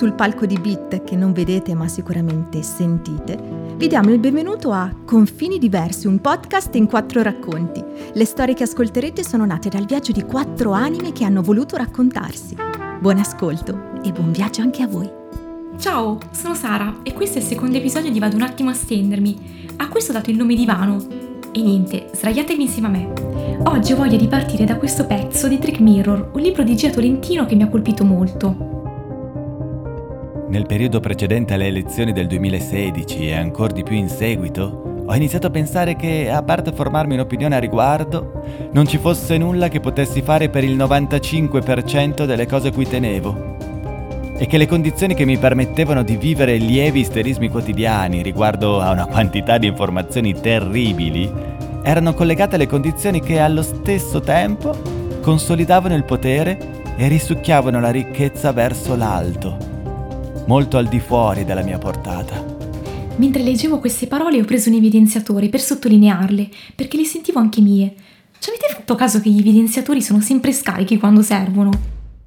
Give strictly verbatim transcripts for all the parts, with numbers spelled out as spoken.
sul palco di Beat, che non vedete ma sicuramente sentite, vi diamo il benvenuto a Confini Diversi, un podcast in quattro racconti. Le storie che ascolterete sono nate dal viaggio di quattro anime che hanno voluto raccontarsi. Buon ascolto e buon viaggio anche a voi. Ciao, sono Sara e questo è il secondo episodio di Vado un attimo a stendermi. A questo ho dato il nome Divano. E niente, sdraiatevi insieme a me. Oggi ho voglia di partire da questo pezzo di Trick Mirror, un libro di Gia Tolentino che mi ha colpito molto. Nel periodo precedente alle elezioni del duemilasedici e ancor di più in seguito, ho iniziato a pensare che, a parte formarmi un'opinione a riguardo, non ci fosse nulla che potessi fare per il novantacinque per cento delle cose a cui tenevo. E che le condizioni che mi permettevano di vivere lievi isterismi quotidiani riguardo a una quantità di informazioni terribili erano collegate alle condizioni che allo stesso tempo consolidavano il potere e risucchiavano la ricchezza verso l'alto, molto al di fuori della mia portata. Mentre leggevo queste parole ho preso un evidenziatore per sottolinearle, perché le sentivo anche mie. Ci avete fatto caso che gli evidenziatori sono sempre scarichi quando servono?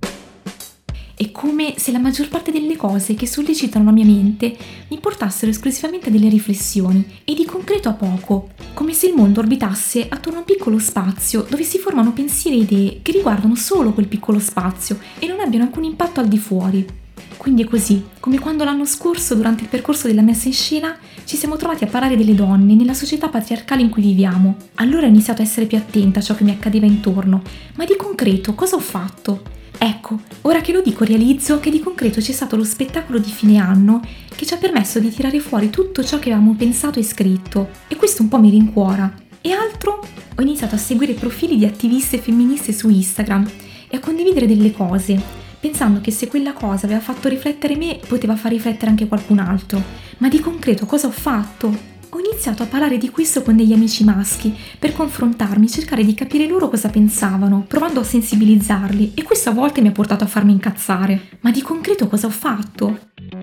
È come se la maggior parte delle cose che sollecitano la mia mente mi portassero esclusivamente a delle riflessioni e di concreto a poco, come se il mondo orbitasse attorno a un piccolo spazio dove si formano pensieri e idee che riguardano solo quel piccolo spazio e non abbiano alcun impatto al di fuori. Quindi è così, come quando l'anno scorso, durante il percorso della messa in scena, ci siamo trovati a parlare delle donne nella società patriarcale in cui viviamo. Allora ho iniziato a essere più attenta a ciò che mi accadeva intorno, ma di concreto cosa ho fatto? Ecco, ora che lo dico realizzo che di concreto c'è stato lo spettacolo di fine anno che ci ha permesso di tirare fuori tutto ciò che avevamo pensato e scritto, e questo un po' mi rincuora. E altro? Ho iniziato a seguire profili di attiviste femministe su Instagram e a condividere delle cose, pensando che se quella cosa aveva fatto riflettere me, poteva far riflettere anche qualcun altro. Ma di concreto cosa ho fatto? Ho iniziato a parlare di questo con degli amici maschi per confrontarmi, cercare di capire loro cosa pensavano, provando a sensibilizzarli, e questo a volte mi ha portato a farmi incazzare. Ma di concreto cosa ho fatto?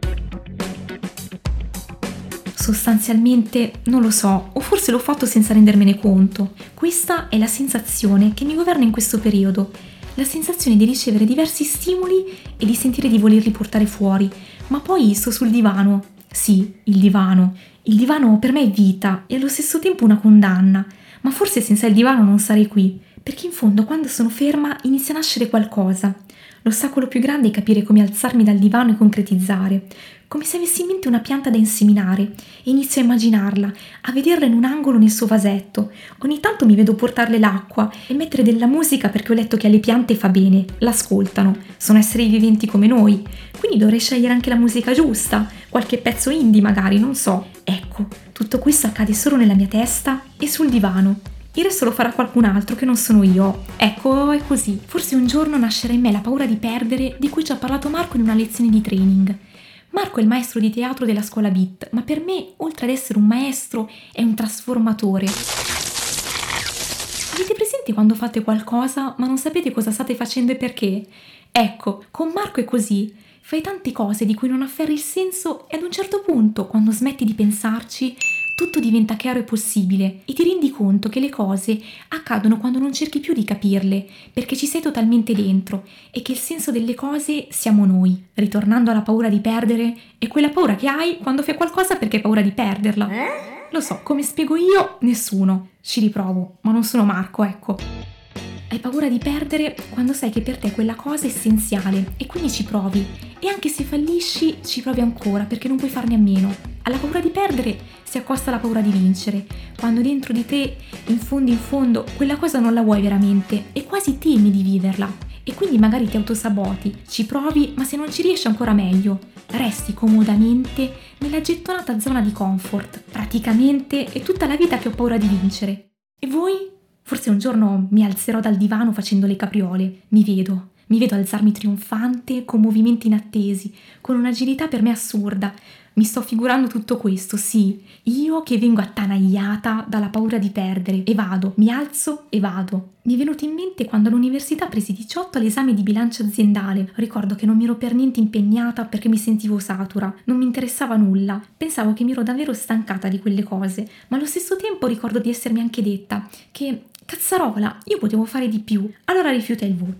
Sostanzialmente non lo so, o forse l'ho fatto senza rendermene conto. Questa è la sensazione che mi governa in questo periodo. La sensazione di ricevere diversi stimoli e di sentire di volerli portare fuori. Ma poi sto sul divano. Sì, il divano. Il divano per me è vita e allo stesso tempo una condanna, ma forse senza il divano non sarei qui, perché in fondo quando sono ferma inizia a nascere qualcosa. L'ostacolo più grande è capire come alzarmi dal divano e concretizzare, come se avessi in mente una pianta da inseminare e inizio a immaginarla, a vederla in un angolo nel suo vasetto. Ogni tanto mi vedo portarle l'acqua e mettere della musica perché ho letto che alle piante fa bene, l'ascoltano, sono esseri viventi come noi, quindi dovrei scegliere anche la musica giusta, qualche pezzo indie magari, non so. Ecco, tutto questo accade solo nella mia testa e sul divano. Il resto lo farà qualcun altro che non sono io. Ecco, è così. Forse un giorno nascerà in me la paura di perdere di cui ci ha parlato Marco in una lezione di training. Marco è il maestro di teatro della scuola Beat, ma per me, oltre ad essere un maestro, è un trasformatore. Avete presente quando fate qualcosa ma non sapete cosa state facendo e perché? Ecco, con Marco è così. Fai tante cose di cui non afferri il senso e ad un certo punto, quando smetti di pensarci, tutto diventa chiaro e possibile e ti rendi conto che le cose accadono quando non cerchi più di capirle, perché ci sei totalmente dentro e che il senso delle cose siamo noi. Ritornando alla paura di perdere, è quella paura che hai quando fai qualcosa perché hai paura di perderla. Lo so, come spiego io, nessuno. Ci riprovo, ma non sono Marco, ecco. Hai paura di perdere quando sai che per te quella cosa è essenziale e quindi ci provi. E anche se fallisci, ci provi ancora perché non puoi farne a meno. Alla paura di perdere si accosta la paura di vincere. Quando dentro di te, in fondo in fondo, quella cosa non la vuoi veramente e quasi temi di viverla. E quindi magari ti autosaboti, ci provi, ma se non ci riesci ancora meglio. Resti comodamente nella gettonata zona di comfort. Praticamente è tutta la vita che ho paura di vincere. E voi? Forse un giorno mi alzerò dal divano facendo le capriole. Mi vedo, mi vedo alzarmi trionfante, con movimenti inattesi, con un'agilità per me assurda. Mi sto figurando tutto questo, sì, io che vengo attanagliata dalla paura di perdere e vado, mi alzo e vado. Mi è venuto in mente quando all'università presi diciotto all'esame di bilancio aziendale. Ricordo che non mi ero per niente impegnata perché mi sentivo satura, non mi interessava nulla. Pensavo che mi ero davvero stancata di quelle cose, ma allo stesso tempo ricordo di essermi anche detta che, cazzarola, io potevo fare di più. Allora rifiutai il voto.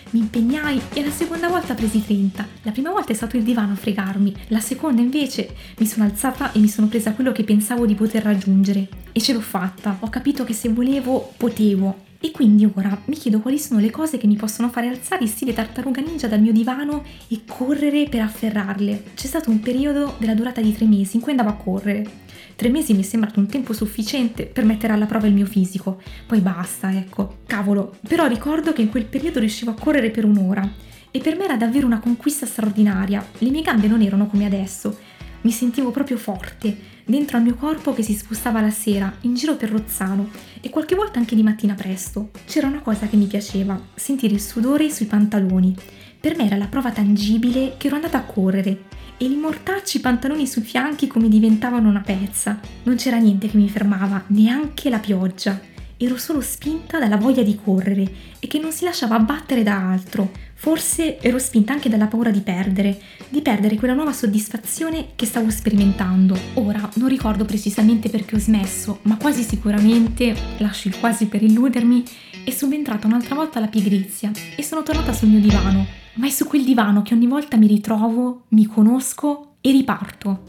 Mi impegnai e la seconda volta presi trenta. La prima volta è stato il divano a fregarmi, la seconda invece mi sono alzata e mi sono presa quello che pensavo di poter raggiungere. E ce l'ho fatta, ho capito che se volevo, potevo. E quindi ora mi chiedo quali sono le cose che mi possono fare alzare in stile tartaruga ninja dal mio divano e correre per afferrarle. C'è stato un periodo della durata di tre mesi in cui andavo a correre. Tre mesi mi è sembrato un tempo sufficiente per mettere alla prova il mio fisico. Poi basta, ecco. Cavolo. Però ricordo che in quel periodo riuscivo a correre per un'ora. E per me era davvero una conquista straordinaria. Le mie gambe non erano come adesso. Mi sentivo proprio forte, dentro al mio corpo che si spostava la sera, in giro per Rozzano e qualche volta anche di mattina presto. C'era una cosa che mi piaceva, sentire il sudore sui pantaloni. Per me era la prova tangibile che ero andata a correre e i mortacci pantaloni sui fianchi come diventavano una pezza. Non c'era niente che mi fermava, neanche la pioggia. Ero solo spinta dalla voglia di correre e che non si lasciava abbattere da altro. Forse ero spinta anche dalla paura di perdere, di perdere quella nuova soddisfazione che stavo sperimentando. Ora non ricordo precisamente perché ho smesso, ma quasi sicuramente, lascio il quasi per illudermi, è subentrata un'altra volta la pigrizia e sono tornata sul mio divano. Ma è su quel divano che ogni volta mi ritrovo, mi conosco e riparto.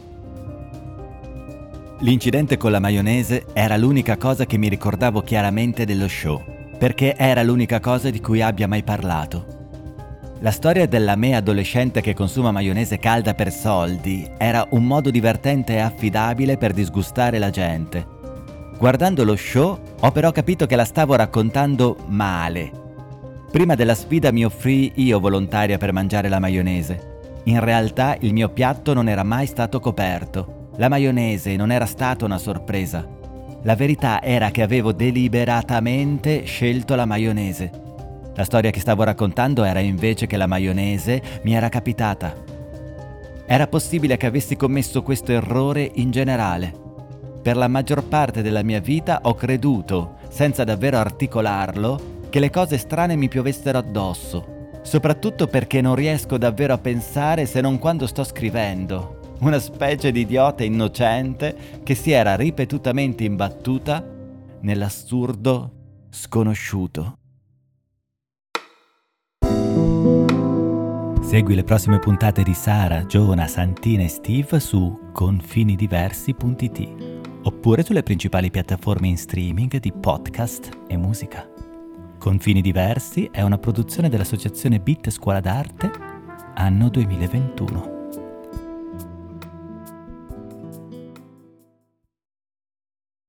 L'incidente con la maionese era l'unica cosa che mi ricordavo chiaramente dello show, perché era l'unica cosa di cui abbia mai parlato. La storia della me adolescente che consuma maionese calda per soldi era un modo divertente e affidabile per disgustare la gente. Guardando lo show ho però capito che la stavo raccontando male. Prima della sfida mi offrii io volontaria per mangiare la maionese. In realtà il mio piatto non era mai stato coperto. La maionese non era stata una sorpresa. La verità era che avevo deliberatamente scelto la maionese. La storia che stavo raccontando era invece che la maionese mi era capitata. Era possibile che avessi commesso questo errore in generale. Per la maggior parte della mia vita ho creduto, senza davvero articolarlo, che le cose strane mi piovessero addosso, soprattutto perché non riesco davvero a pensare se non quando sto scrivendo. Una specie di idiota innocente che si era ripetutamente imbattuta nell'assurdo sconosciuto. Segui le prossime puntate di Sara, Giona, Santina e Steve su confini diversi punto it oppure sulle principali piattaforme in streaming di podcast e musica. Confini Diversi è una produzione dell'associazione Beat Scuola d'Arte, anno duemilaventuno.